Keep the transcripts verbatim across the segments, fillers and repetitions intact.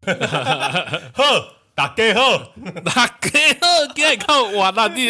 好，大家好， 大家好，今日靠我大弟。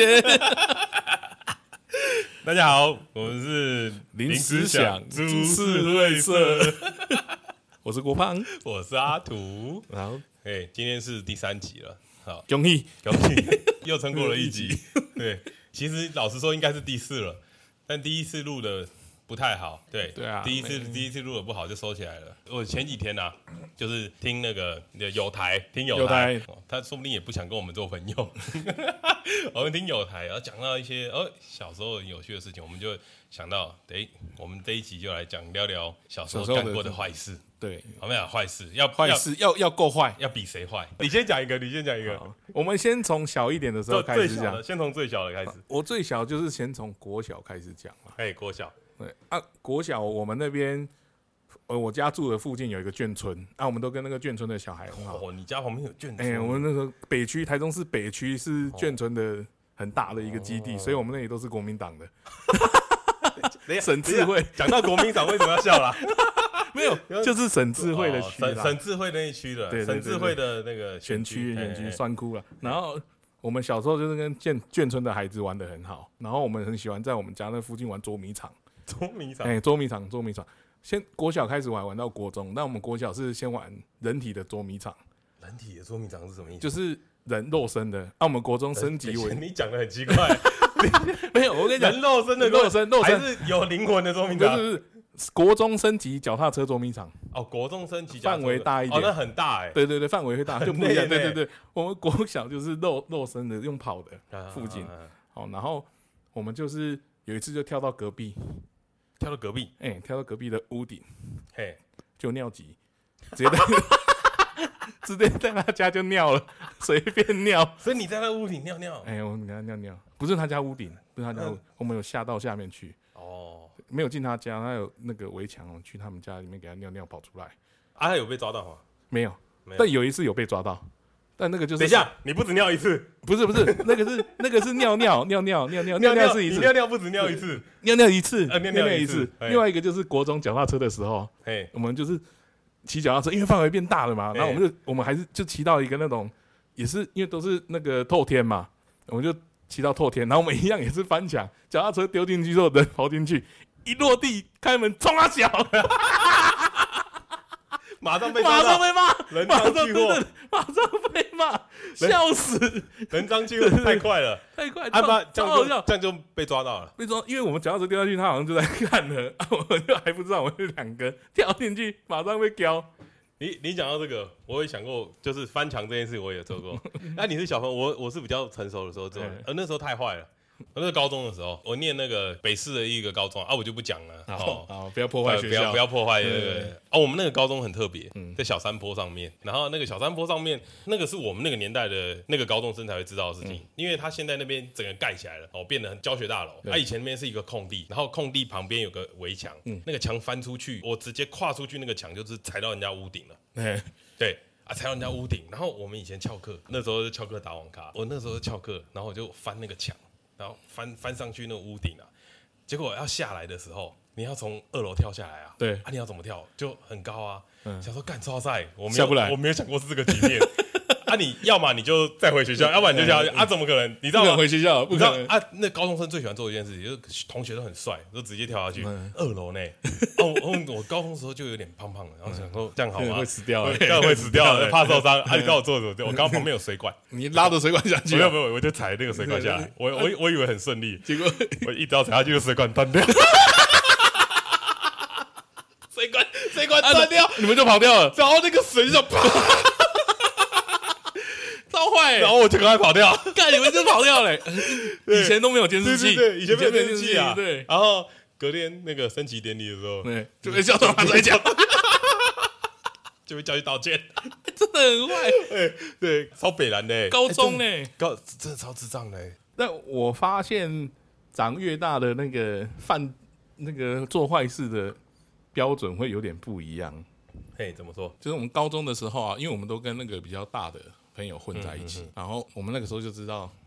大家好，我们是临时想株式会社， 我是郭胖， 我是阿图。 好， 哎，今天是第三集了，好， 恭喜恭喜，又撑过了一集。对，其实老实说应该是第四了，但第一次录的不太好，对对啊， 第一次第一次录的不好就收起来了。我前几天啊，就是听那个有台，听有台， 有台哦他说不定也不想跟我们做朋友。我们听有台，然后讲到一些哦小时候有趣的事情，我们就想到，哎，我们这一集就来讲聊聊小时候干过的坏事。 对， 好没有坏事，要坏事要要够坏， 要比谁坏？你先讲一个，你先讲一个。 我们先从小一点的时候开始讲， 先从最小的开始。 我最小就是先从国小开始讲嘛。 哎，国小。 对啊，国小我们那边，呃，我家住的附近有一个眷村，啊，我们都跟那个眷村的小孩很好。 哦，你家旁边有眷村？ 哎、欸，我们那个北区，台中市北区是眷村的很大的一个基地，哦、所以我们那里都是国民党的。省智慧讲到国民党，为什么要笑啦？ 没有，就是省智慧的区、 哦，省省智慧那一区的，省智慧的那个选区，选区酸哭了。然后我们小时候就是跟眷眷村的孩子玩得很好，然后我们很喜欢在我们家那附近玩捉迷藏。 捉迷藏， 哎、欸，捉迷藏，捉迷藏。先国小开始玩，玩到国中。那我们国小是先玩人体的捉迷藏。 人体的捉迷藏是什么意思？ 就是人肉身的。啊，我们国中升级为…… 你讲的很奇怪。 没有，我跟你讲， 人肉身的肉身，肉身还是有灵魂的捉迷藏。 不是，不是，国中升级脚踏车捉迷藏。 哦，国中升级范围大一点。 哦，那很大哎、欸。 对对对，范围会大，就不一样。对对对，我们国小就是肉肉身的，用跑的附近。好，然后我们就是有一次就跳到隔壁。 跳到隔壁， 哎、欸，跳到隔壁的屋顶， 嘿， 就尿急，直接在直接在他家就尿了，随便尿。 所以你在那屋顶尿尿？ 哎、欸，我给他尿尿，不是他家屋顶，不是他家屋顶、嗯，我们有下到下面去。哦，没有进他家，他有那个围墙，我去他们家里面给他尿尿跑出来。 啊，他有被抓到吗？ 没有，没有，但有一次有被抓到。但那个就是， 等一下，你不止尿一次， 不是不是，那个是那个是尿尿尿尿尿尿尿尿是一次， 尿尿不止尿一次， 尿尿一次， 呃，尿尿一次。 另外一个就是国中脚踏车的时候，我们就是骑脚踏车，因为范围变大了嘛，然后我们就我们还是就骑到一个那种，也是因为都是那个透天嘛，我们就骑到透天，然后我们一样也是翻墙，脚踏车丢进去之后，人跑进去，一落地开门冲他脚。 马上被马上被骂， 人赃俱获， 马上被骂，笑死！ 人赃俱获太快了， 太快， 啊不，这样就这样就被抓到了。 被抓，因为我们脚踏车掉下去，他好像就在看了，啊、我们就还不知道，我们就两个跳进去，马上被叼。 你你讲到这个，我也想过，就是翻墙这件事，我也做过。那你是小朋友，我我是比较成熟的时候做的，而那时候太坏了。我那个高中的时候，我念那个北市的一个高中啊，我就不讲了。 好，哦、不要破坏学校， 不要不要破坏那个。哦，我们那个高中很特别，在小山坡上面。然后那个小山坡上面，那个是我们那个年代的那个高中生才会知道的事情，嗯、因为他现在那边整个盖起来了，哦，变得很教学大楼。他、啊、以前那边是一个空地，然后空地旁边有个围墙，嗯、那个墙翻出去，我直接跨出去那个墙，就是踩到人家屋顶了。嗯、对。啊，踩到人家屋顶。然后我们以前翘课，那时候是翘课打网咖，我那时候翘课，然后我就翻那个墙。然后翻翻上去那个屋顶啊，结果要下来的时候，你要从二楼跳下来啊。 对， 啊，你要怎么跳？就很高啊。嗯、想说干超赛，我没有下不来， 我没有想过是这个局面。啊，你要么你就再回学校，要不然你就跳下去。啊，怎么可能？你知道吗？ 回学校不可能啊！那高中生最喜欢做一件事情，就是同学都很帅，就直接跳下去、嗯、二楼呢。哦，我我高中的时候就有点胖胖的，然后想说这样好吗？ 会死掉， 这样会死掉，怕受伤。啊，你知道我做什么？我刚刚旁边有水管， 你拉着水管下去、啊？ 没有没有，我就踩那个水管下来。我我我以为很顺利，结果我一刀踩下去，就水管断掉。水管水管断掉、啊， 你们就跑掉了， 然后那个水就啪。 超坏、欸， 然后我就赶快跑掉， 干你们就跑掉了、欸。以前都没有监视器， 对对对，以前没有监视器啊。 对， 然后隔天那个升旗典礼的时候， 对，就被叫到马仔讲， 就被叫去道歉， 真的很坏。 对对，超北蓝的、欸， 高中呢、欸， 高真的超智障的、欸。 但我发现长越大的那个犯那个做坏事的标准会有点不一样。 嘿，怎么说？ 就是我们高中的时候啊，因为我们都跟那个比较大的朋友混在一起，嗯嗯嗯，然后我们那个时候就知道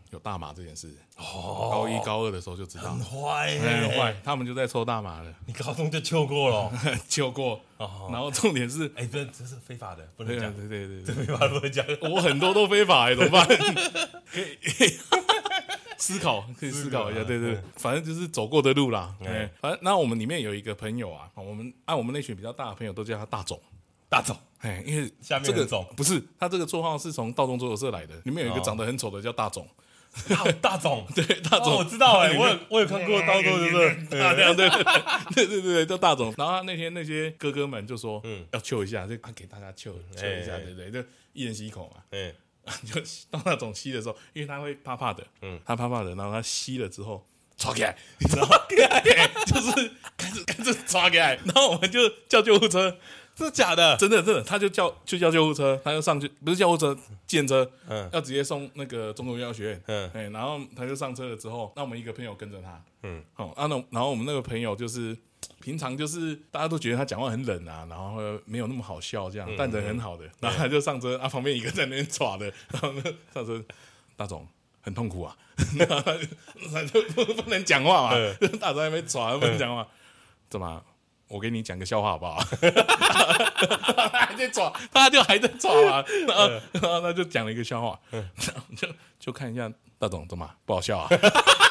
有大麻这件事。 哦， 高一高二的时候就知道， 很坏很坏，他们就在抽大麻了。 你高中就救过了， 救过。然后重点是， 哎，这这是非法的，不能讲。 对对对对，非法不能讲。 我很多都非法，哎，怎么办？可以思考，可以思考一下。对对，反正就是走过的路啦。哎，反正那我们里面有一个朋友啊，我们按我们那群比较大的朋友都叫他大总。 大总， 哎，因为下面这个总不是他这个绰号是从道中桌游社来的，里面有一个长得很丑的叫大总。 大大总， 对大总， 我知道哎，我有我有看过道中就是， 对对对对对，叫大总。然后他那天那些哥哥们就说，嗯，要揪一下，就给大家揪揪一下，对不对？就一人吸一口嘛。嗯，就当大总吸的时候，因为他会怕怕的，嗯，他怕怕的，然后他吸了之后。抓起来，你知道吗？就是开始开始抓起来，然后我们就叫救护车， 真的假的？ 真的真的，他就叫就叫救护车，他就上去，不是救护车，计程车，嗯，要直接送那个中国医药学院，嗯，哎，然后他就上车了之后，那我们一个朋友跟着他，嗯，好，啊，那然后我们那个朋友就是平常就是大家都觉得他讲话很冷啊，然后没有那么好笑这样，但人很好的，然后他就上车，啊，旁边一个在那边抓的，然后呢上车，大总。很痛苦啊，他就不能讲话嘛，大总还没抓，不能讲话，怎么？我给你讲个笑话好不好？他还在抓，他就还在抓嘛，然后然后他就讲了一个笑话，就就看一下大总怎么不好笑啊？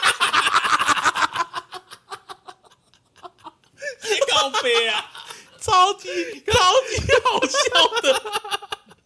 靠北啊，超级超级好笑的。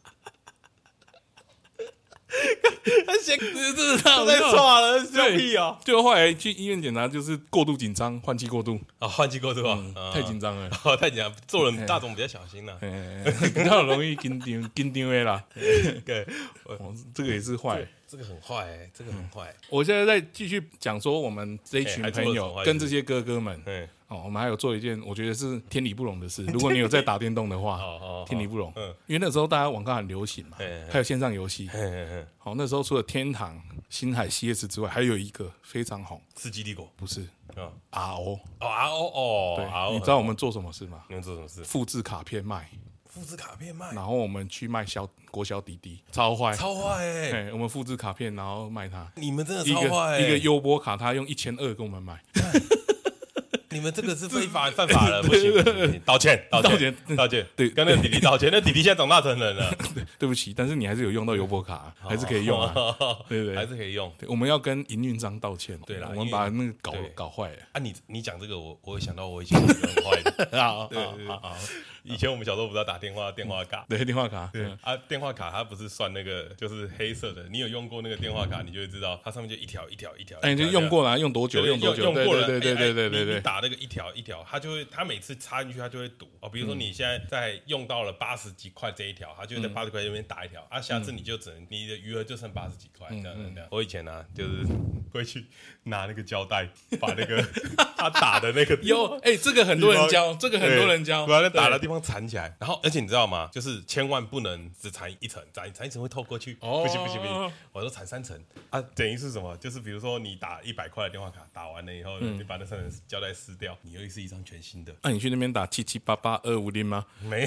他先这是他在抓了，笑屁啊！ 就后来去医院检查，就是过度紧张，换气过度啊，换气过度啊， 太紧张了， 太紧张，做人大总比较小心了， 比较容易紧张紧张的啦。 对， 这个也是坏， 这个很坏，这个很坏。 我现在在继续讲说，我们这一群朋友跟这些哥哥们，哦，我们还有做一件我觉得是天理不容的事。如果你有在打电动的话，天理不容，因为那时候大家网咖很流行嘛，还有线上游戏。好，那时候除了天堂、星海、C S 之外，还有一个非常红， 世纪帝国不是？R O 哦 R O 哦， 对，你知道我们做什么事吗？ 你们做什么事？ 复制卡片卖。 复制卡片卖， 然后我们去卖小国小弟弟，超坏， 超坏哎、 欸！我们复制卡片，然后卖他。 你们真的超坏、 欸！一个优波卡，他用一千二跟我们买。 你们这个是非法犯法了，不行，不行，道歉，道歉，道歉，对，跟那个弟弟道歉。那弟弟现在长大成人了， 对，对不起，但是你还是有用到优波卡，还是可以用啊，对对， 还是可以用。 我们要跟营运商道歉， 对啦， 我们把那个搞搞坏了。 啊，你你讲这个，我我会想到我以前很坏的，好，对对对，以前我们小时候不是要打电话，电话卡， 对，电话卡， 对啊，电话卡它不是算那个就是黑色的，你有用过那个电话卡，你就会知道它上面就一条一条一条， 哎，你就用过了，用多久？用多久？ 用过了， 对对对对对对， 你打那个一条一条。它就会，它每次插进去，它就会读哦。比如说你现在在用到了八十几块这一条，它就会在八十块这边打一条、嗯、啊。下次你就只能你的余额就剩八十几块、嗯、这样这样。我以前呢、啊，就是会去拿那个胶带，把那个他打的那个有哎、欸，这个很多人教，这个很多人教， 把那打的地方缠起来。然后，而且你知道吗？就是千万不能只缠一层，缠缠一层会透过去。哦，不行不行不行，我都缠三层啊。等于是什么？就是比如说你打一百块的电话卡，打完了以后，嗯、你把那三层胶带撕掉，你又是一张全新的。 那、啊、你去那边打七七八八二五零吗？ 没，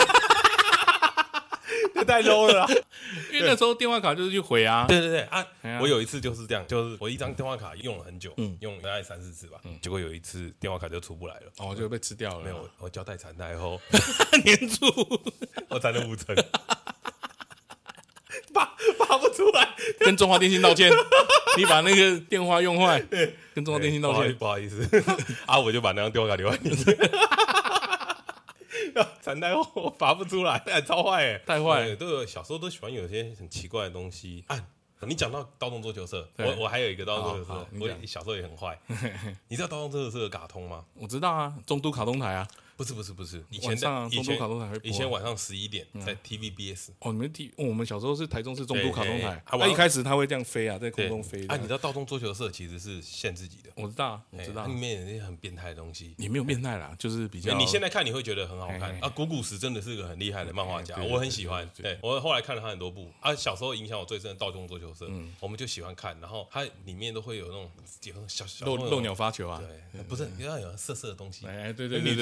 这太 low 了、啊。 因为那时候电话卡就是去回啊。 对对对啊！我有一次就是这样，就是我一张电话卡用了很久，嗯、用了大概三四次吧、嗯，结果有一次电话卡就出不来了， 哦，就被吃掉了。 没有，我胶带缠带后粘住， 我缠了五层。拔拔不出来， 跟中华电信道歉。你把那个电话用坏，对，跟中华电信道歉， 不好意思。啊，我就把那张电话卡留在你这。缠带后我拔不出来，超坏哎， 太坏。 都有小时候都喜欢有些很奇怪的东西。啊，你讲到刀洞桌球社，我我还有一个刀洞桌球社，我小时候也很坏。你知道刀洞桌球社的卡通吗？ 我知道啊，中都卡通台啊。 不是不是不是，以前的以前以前晚上十一点在 T V B S 哦，你们 T 我们小时候是台中市中都卡通台，它一开始它会这样飞啊，在空中飛。 啊，你知道道中桌球社其实是限自己的， 我知道，我知道， 里面有那些很变态的东西， 也没有变态啦，就是比较。 你现在看你会觉得很好看啊，古古时真的是个很厉害的漫画家，我很喜欢。对我后来看了他很多部啊，小时候影响我最深的道中桌球社，我们就喜欢看，然后它里面都会有那种小小漏漏鸟发球啊， 对，不是，你要有色色的东西， 哎，对对对对对，没错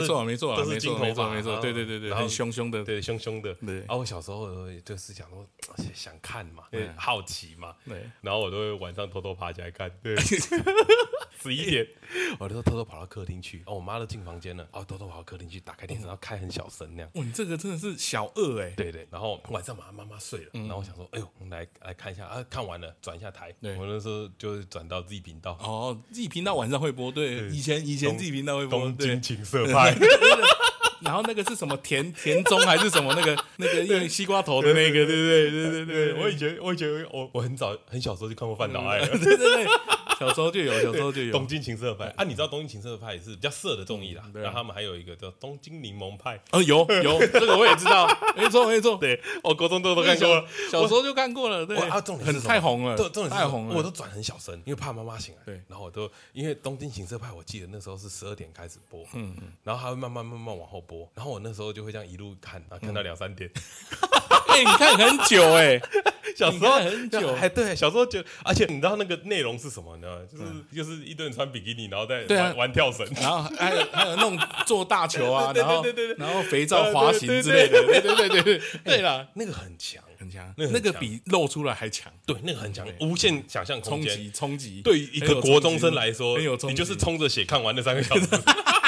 错没错都是金头发， 没错没错，对对对对，很凶凶的， 对凶凶的。 对， 然后我小时候就是想说想看嘛，对，好奇嘛， 对， 然后我都会晚上偷偷爬起来看，对，十一点，我就偷偷跑到客厅去，哦，我妈都进房间了，哦，偷偷跑到客厅去打开电视，然后开很小声那样。 哇，你这个真的是小二哎， 对对，然后晚上妈妈妈睡了，然后我想说，哎呦，来来看一下啊，看完了转一下台，我那时候就转到 Z 频道， 哦 ，Z 频道晚上会播，对，以前以前 Z 频道会播， 东京情色派。 然后那个是什么田田中还是什么那个那个用西瓜头的那个，对不对？对对对， 我以前我以前我我很早很小时候就看过范岛爱了， 对对对，小时候就有，小时候就有东京情色派啊，你知道东京情色派也是比较色的综艺啦，然后他们还有一个叫东京柠檬派， 哦有有这个我也知道，没错没错， 对，我国中都都看过了， 小时候就看过了，对， 啊，重点很太红了， 重点太红了， 我都转很小声，因为怕妈妈醒来， 对， 然后我都因为东京情色派，我记得那时候是十二点开始播，嗯嗯，然后它会慢慢慢慢往后播，然后我那时候就会这样一路看，然后看到两三点。 哎，你看很久哎， 小时候很久， 还对，小时候就，而且你知道那个内容是什么呢？就是就是一顿穿比基尼，然后再玩玩跳绳， 然后还有还有那种做大球啊，然后然后肥皂滑行之类的，对对对对对，对啦， 那个很强很强，那个比露出来还强， 对，那个很强，无限想象空间， 冲击冲击， 对于一个国中生来说， 你就是冲着血看完那三个小时。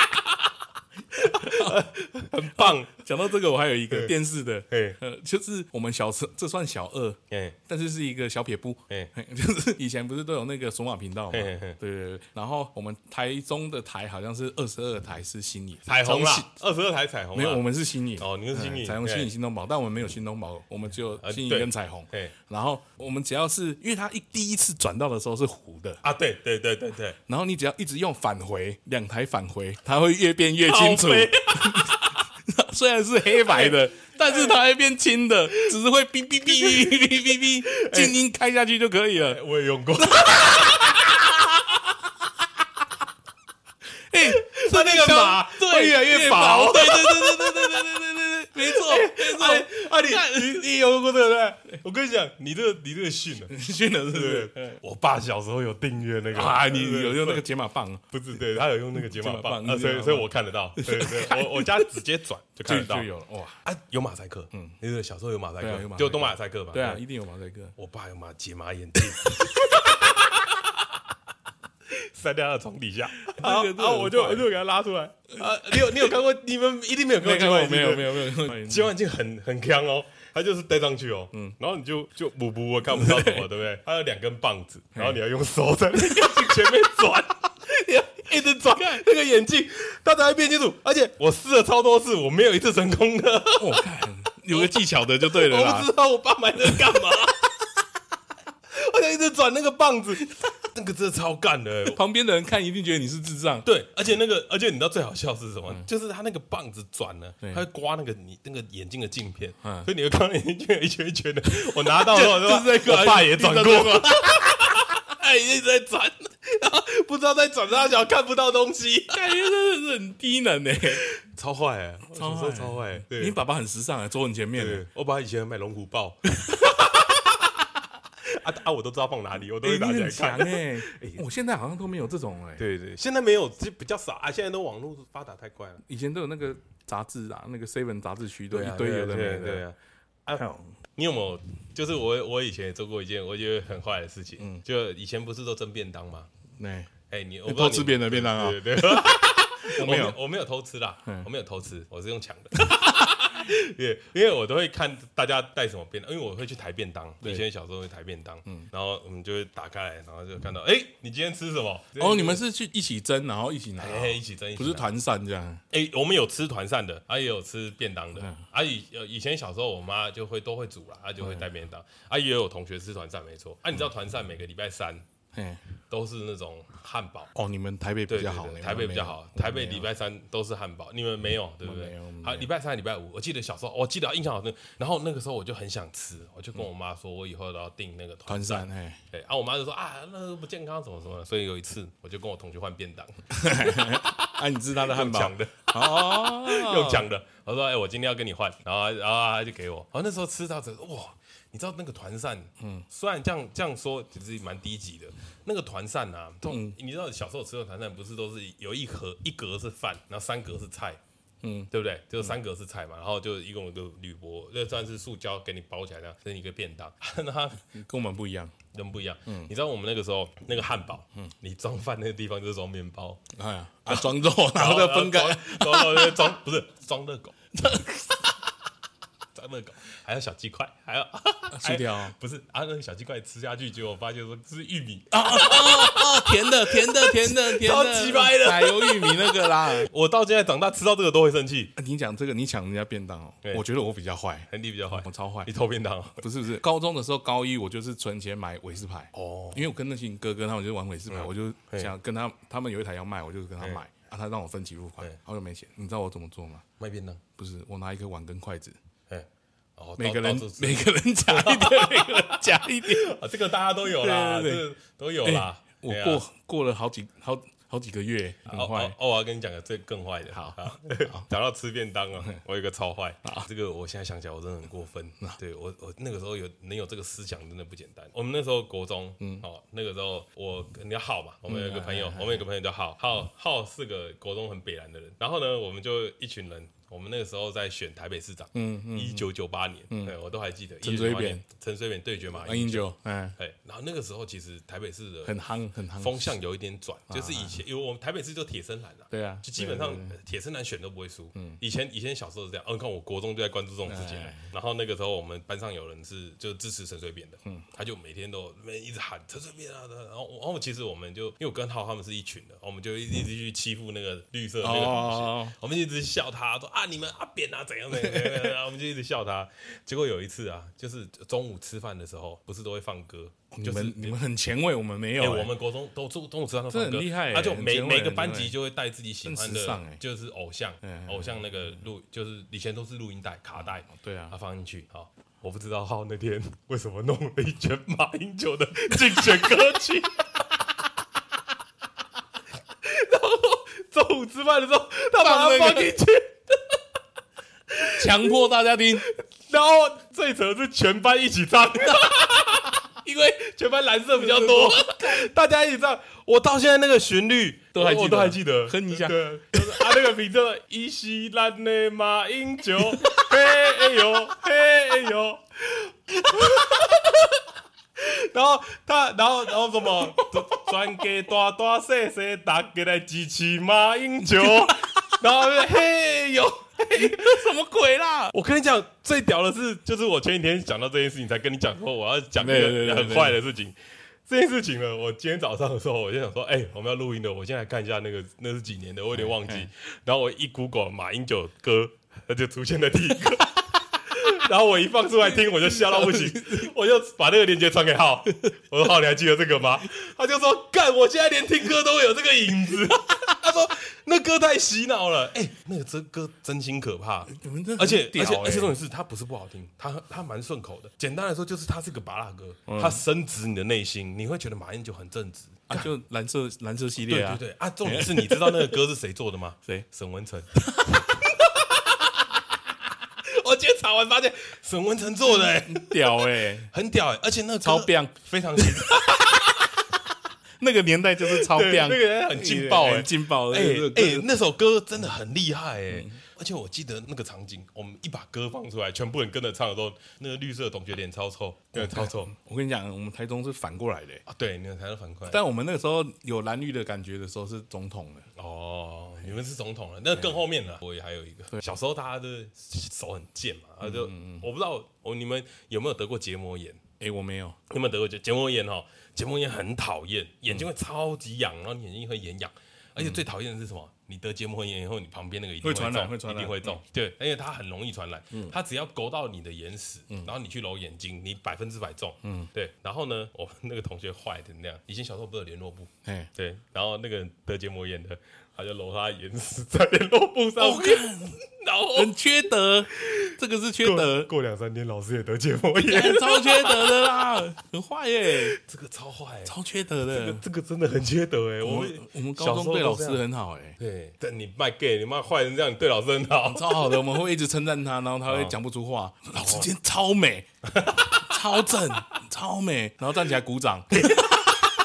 很棒。 讲到这个，我还有一个电视的，呃，就是我们小时这算小二，但是是一个小撇步，就是以前不是都有那个索马频道嘛，对对对。然后我们台中的台好像是二十二台是新野彩虹啦，二十二台彩虹没有，我们是新野哦，你们是新野， 彩虹、新野、新东宝，但我们没有新东宝，我们只有新野跟彩虹。然后我们只要是因为它一第一次转到的时候是糊的啊，对对对对对。 然后你只要一直用返回两台返回，它会越变越清楚。虽然是黑白的，但是它会变清的，只是会哔哔哔哔哔哔哔，静音开下去就可以了。 我也用过。 哎， 它那个码会越来越薄。 对对对对对对对对对对，没错没错。 啊，你你你有用过对不对？我跟你讲，你这个你这个训了训了，是不是？ 我爸小时候有订阅那个啊，你有用那个解码棒？ 不是，对他有用那个解码棒，所以所以我看得到。对对，我我家直接转就看得到， 就有哇啊，有马赛克，嗯，那个小时候有马赛克，就东马赛克嘛， 对啊，一定有马赛克。 我爸有马解码眼镜。塞在他的床底下，然后我就我就给他拉出来。啊，你有你有看过？你们一定没有看过解码眼镜， 没有没有没有。 解码眼镜很很强哦，它就是戴上去哦，嗯，然后你就就补补，我看不到什么，对不对？它有两根棒子，然后你要用手在那个眼镜前面转，你要一直转那个眼镜，它才会变清楚。而且我试了超多次，我没有一次成功的。 我看有个技巧的就对了啦。 我不知道我爸买那个干嘛，我就一直转那个棒子。那个真的超干的， 旁边的人看一定觉得你是智障。 对，而且那个，而且你知道最好笑是什么？就是他那个棒子转了，他会刮那个你那个眼镜的镜片，所以你会看到眼镜一圈一圈的。我拿到的时候，我爸也转过，他一直在转，然后不知道在转啥小，看不到东西， 感觉真的是很低能哎， 超坏哎，超坏超坏。 你爸爸很时尚哎，坐很前面。 我爸以前买龙虎豹。啊啊！我都知道放哪里，我都会拿起来看。 哎，我现在好像都没有这种哎。 对对，现在没有，比较少啊。现在都网络发达太快了。 以前都有那个杂志啊，那个 Seven 杂志区都一堆有的没的。 对啊。啊，你有没有？就是我我以前也做过一件我觉得很坏的事情。嗯。就以前不是都蒸便当吗？ 哎哎，你我偷吃别人的便当啊？ 对对。我没有，我没有偷吃啦，我没有偷吃，我是用抢的。对，因为我都会看大家带什么便当，因为我会去抬便当。以前小时候会抬便当，然后我们就会打开来，然后就看到，哎，你今天吃什么？ 哦，你们是去一起蒸，然后一起拿， 一起蒸， 不是团扇这样。 哎，我们有吃团扇的，啊，也有吃便当的。啊，以以前小时候我妈就会都会煮啦，她就会带便当。啊，也有同学吃团扇，没错。啊，你知道团扇每个礼拜三。都是那种汉堡哦，你们台北比较好， 台北比较好，台北礼拜三都是汉堡，你们没有对不对？好，礼拜三、礼拜五，我记得小时候，我记得印象好深。然后那个时候我就很想吃，我就跟我妈说，我以后都要订那个团扇。对，啊，我妈就说啊，那个不健康，什么什么的。所以有一次，我就跟我同学换便当， 啊，你吃他的汉堡， 用抢的哦，用抢的。我说，哎，我今天要跟你换，然后然后他就给我，然后那时候吃到这哇。你知道那个团扇，嗯，虽然这样这样说，其实蛮低级的。那个团扇啊，嗯，你知道小时候吃的团扇不是都是有一盒一格是饭，然后三格是菜， 嗯，对不对？就三格是菜嘛，然后就一共有个铝箔，那算是塑胶给你包起来这样，这是一个便当。那它跟我们不一样， 人不一样。嗯，你知道我们那个时候那个汉堡，嗯，你装饭那个地方就是装面包， 哎呀，啊装肉，然后再分开， 装肉装不是装热狗。装热狗，还有小鸡块，还有薯条， 不是啊？那个小鸡块吃下去，结果发现说这是玉米啊啊啊！甜的，甜的，甜的，甜的， 超鸡掰的奶油玉米那个啦。 我到现在长大吃到这个都会生气。 你讲这个，你抢人家便当哦，我觉得我比较坏， 你比较坏， 我超坏。 你偷便当哦？ 不是不是，高中的时候高一我就是存钱买韦氏牌哦，因为我跟那群哥哥他们就玩韦氏牌，我就想跟他他们有一台要卖，我就跟他买啊，他让我分期付款，我就没钱。你知道我怎么做吗？ 卖便当？ 不是，我拿一个碗跟筷子。 哦、 每个人每个人夹一点，每个人夹一点啊，这个大家都有啦，对对对这个都有啦。欸、 我过、啊、过了好几好好几个月，很坏。 哦，哦我要跟你讲个最更坏的。好，讲到吃便当啊，我有一个超坏。这个我现在想起来，我真的很过分。对我我那个时候有能有这个思想，真的不简单。我们那时候国中，嗯，哦，那个时候我你要浩嘛，我们有一个朋友，嗯、我们有个朋友叫浩，浩浩是个国中很北蓝的人。然后呢，我们就一群人。我们那个时候在选台北市长，嗯嗯，一九九八年，嗯，对我都还记得， 陈水扁， 陈水扁对决马英九， 哎，对，然后那个时候其实台北市的很夯很夯， 风向有一点转，就是以前因为我们台北市就铁深蓝了， 对啊， 就基本上铁深蓝选都不会输，嗯，以前以前小时候是这样，哦，你看我国中就在关注这种事情，然后那个时候我们班上有人是就支持陈水扁的，嗯，他就每天都一直喊陈水扁啊，然后然后其实我们就因为我跟浩他们是一群的，我们就一直去欺负那个绿色那个同学，我们一直笑他说啊你们啊扁啊。怎样怎样，然后我们就一直笑他。结果有一次啊，就是中午吃饭的时候，不是都会放歌？ 你们你们很前卫，我们没有、 欸。我们国中都中中午吃饭都放歌， 很厉害、欸。 他、啊、就每每个班级就会带自己喜欢的，欸、就是偶像，欸、偶像那个录，就是以前都是录音带、卡带， 对啊， 他放进去。好，我不知道浩那天为什么弄了一卷马英九的竞选歌曲。然后中午吃饭的时候，他把它放进去。 强迫大家听， 然后最扯的是全班一起唱，因为全班蓝色比较多，大家一起唱。我到现在那个旋律都还记得， 我都还记得， 哼一下。 对，就是啊，那个名字“伊西兰的马英九”，嘿哎呦，嘿哎呦。然后他，然后，然后什么？转给大大小小大家来支持马英九。然后嘿呦。 什么鬼啦！ 我跟你讲，最屌的是，就是我前几天讲到这件事情，才跟你讲说我要讲一个很坏的事情。这件事情呢，我今天早上的时候，我就想说，哎、欸，我们要录音的，我现在来看一下那个那是几年的，我有点忘记。然后我一 Google 马英九歌，它就出现了第一个。然后我一放出来听，我就笑到不行，我就把那个链接传给浩，我说浩，你还记得这个吗？他就说干，我现在连听歌都会有这个影子。他说那歌太洗脑了，哎、欸，那个这歌真心可怕，而且而且而且重点是它不是不好听，它它蛮顺口的。简单来说就是它是个芭乐歌，嗯、它深植你的内心，你会觉得马英九很正直啊，就蓝色蓝色系列啊， 对对对啊。重点是你知道那个歌是谁做的吗？ 谁？ 沈文程。我今天查完发现沈文程做的、欸， 很屌哎、欸， 很屌哎、欸，而且那个超棒， 非常新。 那个年代就是超棒， 那个人很劲爆哎、欸， 很劲爆哎哎、欸欸，那首歌真的很厉害哎、欸嗯，而且我记得那个场景，我们一把歌放出来，全部人跟着唱的时候，那个绿色的同学脸超臭，对，超臭。 我跟你讲，我们台中是反过来的、欸、 啊，对，你们台中反过来。 但我们那个时候有蓝绿的感觉的时候是总统的哦，你们是总统了，那更后面了。我也还有一个，小时候大家的手很贱嘛，然后就、嗯嗯、我不知道我你们有没有得过结膜炎？ 哎、欸，我没有， 你有没有得过结膜炎？哈，结膜炎很讨厌，眼睛会超级痒，然后你眼睛会眼痒，而且最讨厌的是什么？你得结膜炎以后，你旁边那个一定会传染，会传染， 一定会中。嗯、对，而且它很容易传染，嗯、它只要勾到你的眼屎，嗯、然后你去揉眼睛，你百分之百中。嗯，对。然后呢，我那个同学坏的那样，以前小时候不是有联络簿？哎，对。然后那个得结膜炎的。他就揉他的眼屎在联络簿上面，然后很缺德，这个是缺德。 过两三天，老师也得结膜炎， 超缺德的啦，很坏耶、欸， 这个超坏、欸， 超缺德的， 这个这个真的很缺德哎、欸。我们我们高中对老师很好哎、欸， 对，但你卖 gay， 你妈坏成这样，你对老师很好， 超好的，我们会一直称赞他，然后他会讲不出话。老师今天超美，超正，超美，然后站起来鼓掌。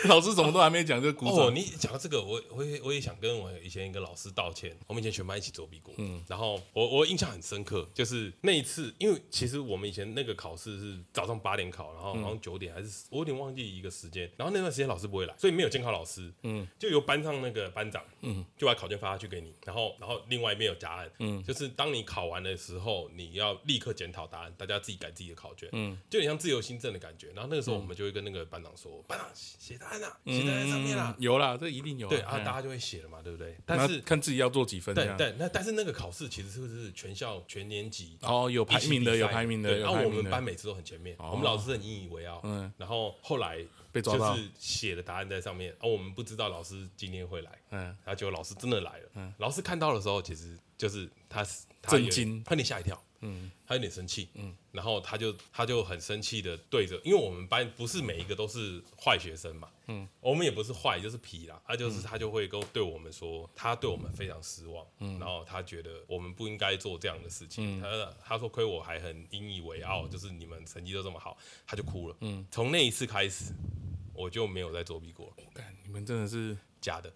老师什么都还没讲就鼓掌。 哦，你讲到这个，我我也我也想跟我以前一个老师道歉。我们以前全班一起作弊过，嗯，然后我我印象很深刻，就是那一次，因为其实我们以前那个考试是早上八点考，然后好像九点还是我有点忘记一个时间，然后那段时间老师不会来，所以没有监考老师，嗯，就由班上那个班长，嗯，就把考卷发下去给你，然后然后另外一边有答案，嗯，就是当你考完的时候，你要立刻检讨答案，大家自己改自己的考卷，嗯，就有点像自由新政的感觉。然后那个时候我们就会跟那个班长说，班长写答案啊，写答案上面啦， 有啦，这一定有， 对啊，大家就会写了嘛，对不对？但是看自己要做几分， 对对，那但是那个考试其实是不是全校全年级哦，有排名的，有排名的， 然后我们班每次都很前面，我们老师很引以为傲，嗯，然后后来被抓到， 就是写的答案在上面，而我们不知道老师今天会来，嗯，然后结果老师真的来了，嗯，老师看到的时候，其实就是他震惊， 他有点吓一跳。嗯，他有点生气，嗯，然后他就他就很生气的对着，因为我们班不是每一个都是坏学生嘛，嗯，我们也不是坏，就是皮啦，他就是他就会跟对我们说，他对我们非常失望，嗯，然后他觉得我们不应该做这样的事情，嗯、他他说亏我还很引以为傲，就是你们成绩都这么好，他就哭了，嗯，从那一次开始，我就没有再作弊过了。 干，你们真的是假的。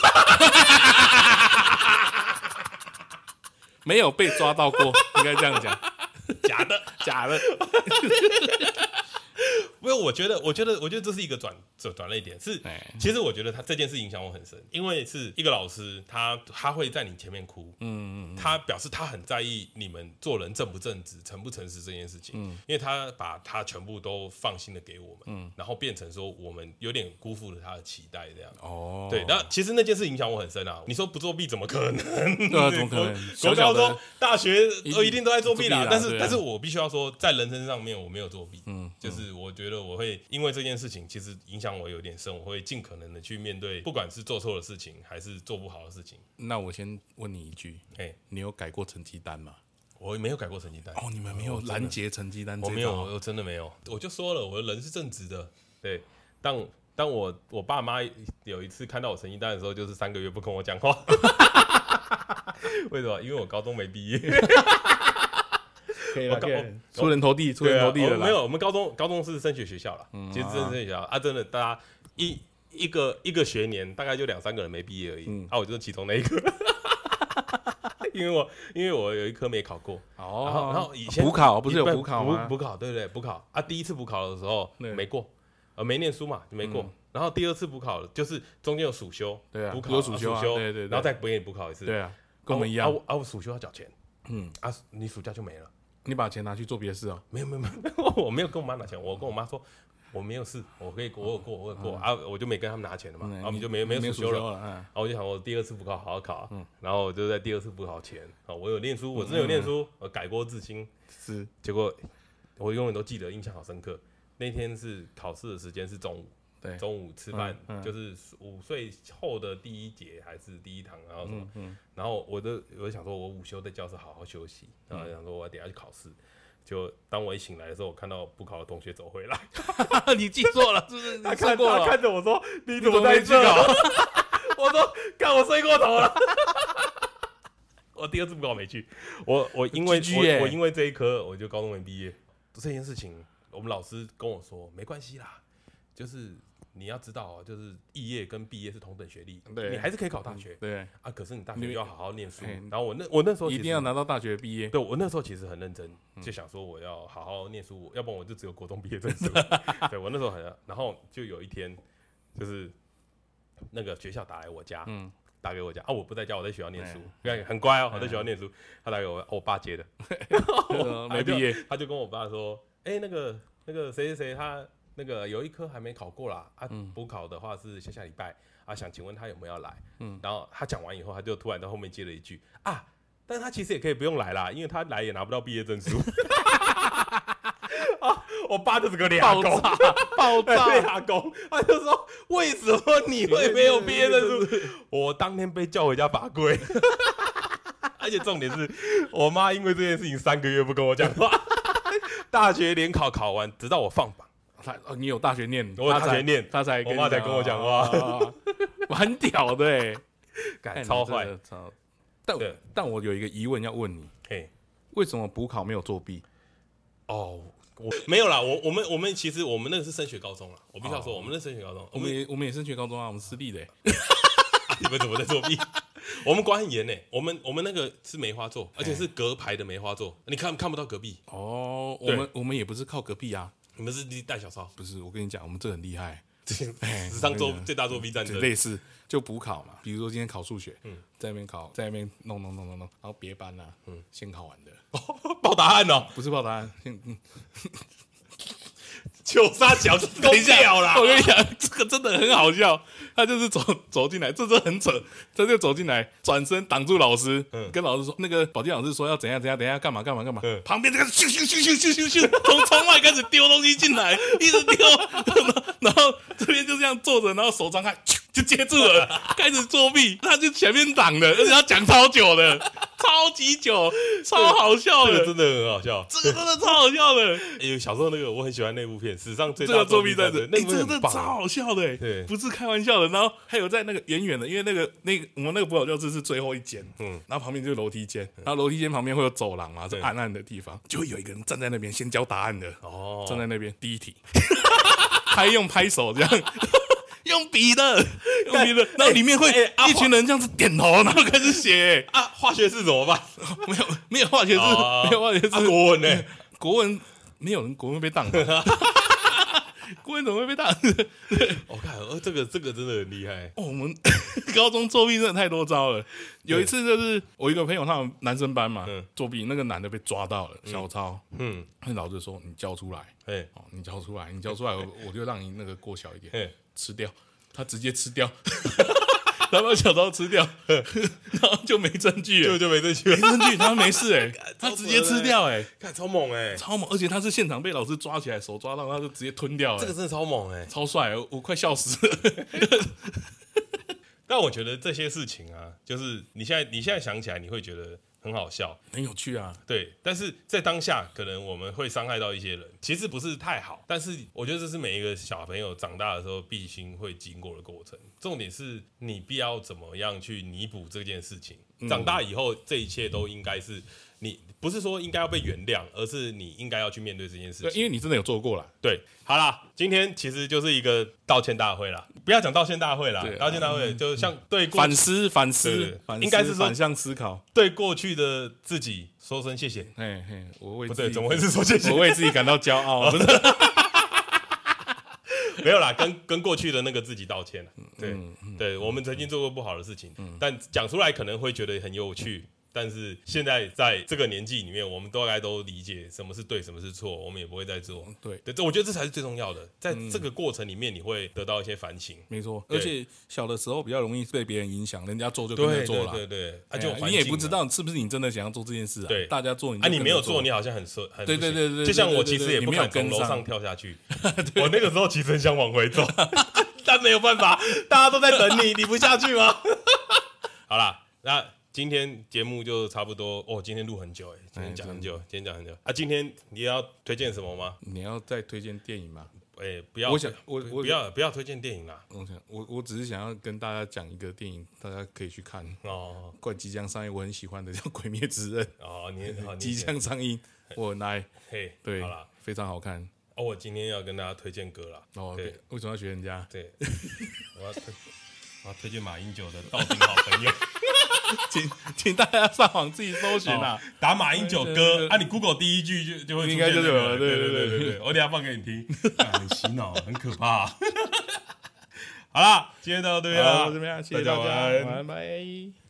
没有被抓到过，应该这样讲， 假的， 假的。 因为我觉得，我觉得，我觉得这是一个转转捩点。是，其实我觉得他这件事影响我很深，因为是一个老师，他他会在你前面哭，嗯嗯，他表示他很在意你们做人正不正直、诚不诚实这件事情，嗯，因为他把他全部都放心的给我们，嗯，然后变成说我们有点辜负了他的期待，这样，哦，对，那其实那件事影响我很深啊。你说不作弊怎么可能？ 对啊，怎么可能？ 国高中、大学都一定都在作弊啦。但是，但是我必须要说，在人生上面我没有作弊，嗯，就是我觉得。我会因为这件事情，其实影响我有点深，我会尽可能的去面对，不管是做错的事情，还是做不好的事情。 那我先问你一句，哎、欸，你有改过成绩单吗？ 我没有改过成绩单。 哦，你们没有拦截成绩单？ 我没有，我真的没有。我就说了，我的人是正直的。对，当当我我爸妈有一次看到我成绩单的时候，就是三个月不跟我讲话。为什么？因为我高中没毕业。 可以了，出人头地，出人头地了啦。 没有，我们高中高中是升学学校啦，其实真的是升学学校啊，真的，大家一一个一个学年大概就两三个人没毕业而已，啊，我就是其中那一个，因为我因为我有一科没考过，哦，然后然后以前补考不是有补考吗？ 补考对不对？补考啊，第一次补考的时候没过，呃，没念书嘛就没过，然后第二次补考就是中间有暑修， 对啊， 补考暑修，对对， 然后再不给你补考一次， 对啊，跟我们一样， 啊，我暑修要缴钱，嗯，啊，你暑假就没了。 你把钱拿去做别的事哦？ 没有没有没有，我没有跟我妈拿钱，我跟我妈说我没有事，我可以我有过我有过、嗯、啊，我就没跟他们拿钱了嘛，嗯、然后我们就没没有暑修了，了嗯、然后我就想我第二次补考好好考，嗯、然后我就在第二次补考前，啊，我有念书，我真的有念书，我改过自新， 是， 结果我永远都记得，印象好深刻。那天是考试的时间是中午。中午吃饭、嗯嗯、就是午睡后的第一节还是第一堂，然后什么，嗯嗯、然后我就我就想说，我午休在教室好好休息，然后想说我等一下去考试。就当我一醒来的时候，我看到补考的同学走回来， 你记错了，是不是？ 他看他看着我说：“你怎么在这？”我说：“看我睡过头了。”我第二次补考没去，我我因为我我因为这一科，我就高中没毕业。这件事情，我们老师跟我说没关系啦，就是。你要知道哦，就是肄业跟毕业是同等学历，你还是可以考大学。 对啊，可是你大学要好好念书。然后我那我那时候一定要拿到大学毕业。 对，我那时候其实很认真，就想说我要好好念书，要不然我就只有国中毕业证书。对我那时候很，然后就有一天，就是那个学校打来我家，嗯，打给我家啊，我不在家，我在学校念书，很乖哦，我在学校念书。他打给我，我爸接的， 没毕业， 他就跟我爸说，哎，那个那个谁谁谁他。那个有一科还没考过啦，啊，补考的话是下下礼拜啊，想請問他有沒有要來？嗯，然後他講完以後，他就突然在後面接了一句啊，但是他其實也可以不用來啦，因為他來也拿不到畢業證書。啊，我爸就是個倆公， 爆炸倆公，他就說為什麼你會沒有畢業證書？我當天被叫回家罰跪，而且重點是我媽因為這件事情三個月不跟我講話，大學聯考考完，直到我放榜。 他哦，你有大學念， 我有大學念， 他才我媽才跟我講話， 蠻屌的哎、 欸，超壞， 超。但但我有一個疑問要問你，嘿，為什麼補考沒有作弊？ 哦， 我没有啦，我我们我们其实我们那个是升学高中啦，我必须要说，我们那升学高中， 我们也我们也升学高中啊，我们私立的、欸啊。你们怎么在作弊？我们管很严呢、欸，我们我们那个是梅花座，而且是隔排的梅花座，你看看不到隔壁。 哦，我们我们也不是靠隔壁啊， 你们是带小抄？ 不是，我跟你讲，我们这很厉害。 史上作最大作弊战争， 类似就补考嘛，比如说今天考数学，嗯，在那边考，在那边弄弄弄弄弄，然后别班啊，嗯，先考完的， 哦、报答案哦， 不是报答案，嗯， 九杀小公掉啦！ 我跟你讲，这个真的很好笑，他就是走走进来，这真的很扯，他就走进来，转身挡住老师，嗯、跟老师说，那个保健老师说要怎样怎样，等一下干嘛干嘛干嘛，嗯、旁边这个咻咻咻咻咻咻咻，从窗外开始丢东西进来，一直丢，然后这边就这样坐着，然后手张开，就接住了，开始作弊，他就前面挡的，而且他讲超久的，超级久，超好笑的， 这个真的很好笑， 这个真的超好笑的。 哎呦，小时候那个我很喜欢那部片，史上最大作弊战争， 那部真的超好笑的，对，不是开玩笑的。然后还有在那个远远的，因为那个那个我们那个补考教室是最后一间，嗯，然后旁边就是楼梯间，然后楼梯间旁边会有走廊嘛，是暗暗的地方，就会有一个人站在那边先交答案的，哦，站在那边第一题，还用拍手这样。用笔的，用笔的，然后里面会一群人这样子点头，然后开始写。 啊，化学式怎么办？ 没有，没有化学式，没有化学式。 国文呢？ 国文没有人，国文被当。国文怎么会被当？ 我看，哦，这个这个真的很厉害。 哦，我们高中作弊真的太多招了。有一次就是我一个朋友，他们男生班嘛，作弊，那个男的被抓到了，小抄。嗯，那老师说你交出来，哎，哦，你交出来，你交出来，我就让你那个过小一点。吃掉，他直接吃掉，他把小抄吃掉，然后就没证据了， 就就没证据了， 没证据，他没事哎、欸，他直接吃掉哎、欸， 看超猛哎、欸， 超猛，而且他是现场被老师抓起来，手抓到他就直接吞掉、欸， 这个真的超猛哎、欸， 超帅，我, 我快笑死了。 但我觉得这些事情啊，就是你现在你现在想起来，你会觉得很好笑， 很有趣啊。 对，但是在当下可能我们会伤害到一些人，其实不是太好。但是我觉得这是每一个小朋友长大的时候必须会经过的过程。重点是你必要怎么样去弥补这件事情。长大以后，这一切都应该是你不是说应该要被原谅，而是你应该要去面对这件事情。 对，因为你真的有做过啦。 对，好啦，今天其实就是一个道歉大会啦，不要讲道歉大会啦，道歉大会就像对过反思反思， 应该是说反向思考， 对过去的自己说声谢谢。 嘿嘿，我为不对，怎么会是说谢谢？ 我为自己感到骄傲，不是。 没有啦，跟跟过去的那个自己道歉了。对、嗯嗯、对，我们曾经做过不好的事情，嗯、但讲出来可能会觉得很有趣。但是现在在这个年纪里面，我们大概都理解什么是对，什么是错，我们也不会再做。 对对，这我觉得这才是最重要的。在这个过程里面，你会得到一些反省。 没错，而且小的时候比较容易被别人影响，人家做就跟着做了。 对对对，啊就你也不知道是不是你真的想要做这件事啊。 对， 大家做你啊，你没有做，你好像很顺，很对对对对， 就像我其实也不敢从楼上跳下去。我那个时候其实很想往回走，但没有办法，大家都在等你，你不下去吗？好啦，那。今天节目就差不多哦，今天录很久哎，今天讲很久，今天讲很久啊。今天你要推荐什么吗？ 你要再推荐电影吗？ 哎，不要， 我想我我不要不要推荐电影啦。 我想我我只是想要跟大家讲一个电影，大家可以去看哦。快即将上映，我很喜欢的叫《鬼灭之刃》哦，你即将上映，我很爱。嘿，对，好啦，非常好看。 哦，我今天要跟大家推荐歌啦。 哦，对，为什么要学人家？ 对，我要推我要推荐马英九的《道听好朋友》。 请请大家上网自己搜寻啊， 打马英九歌啊，你 Google 第一句就就会应该就有了，对对对对对，我等下放给你听，很洗脑，很可怕。好啦，今天到这边了， 这边谢谢大家，拜拜。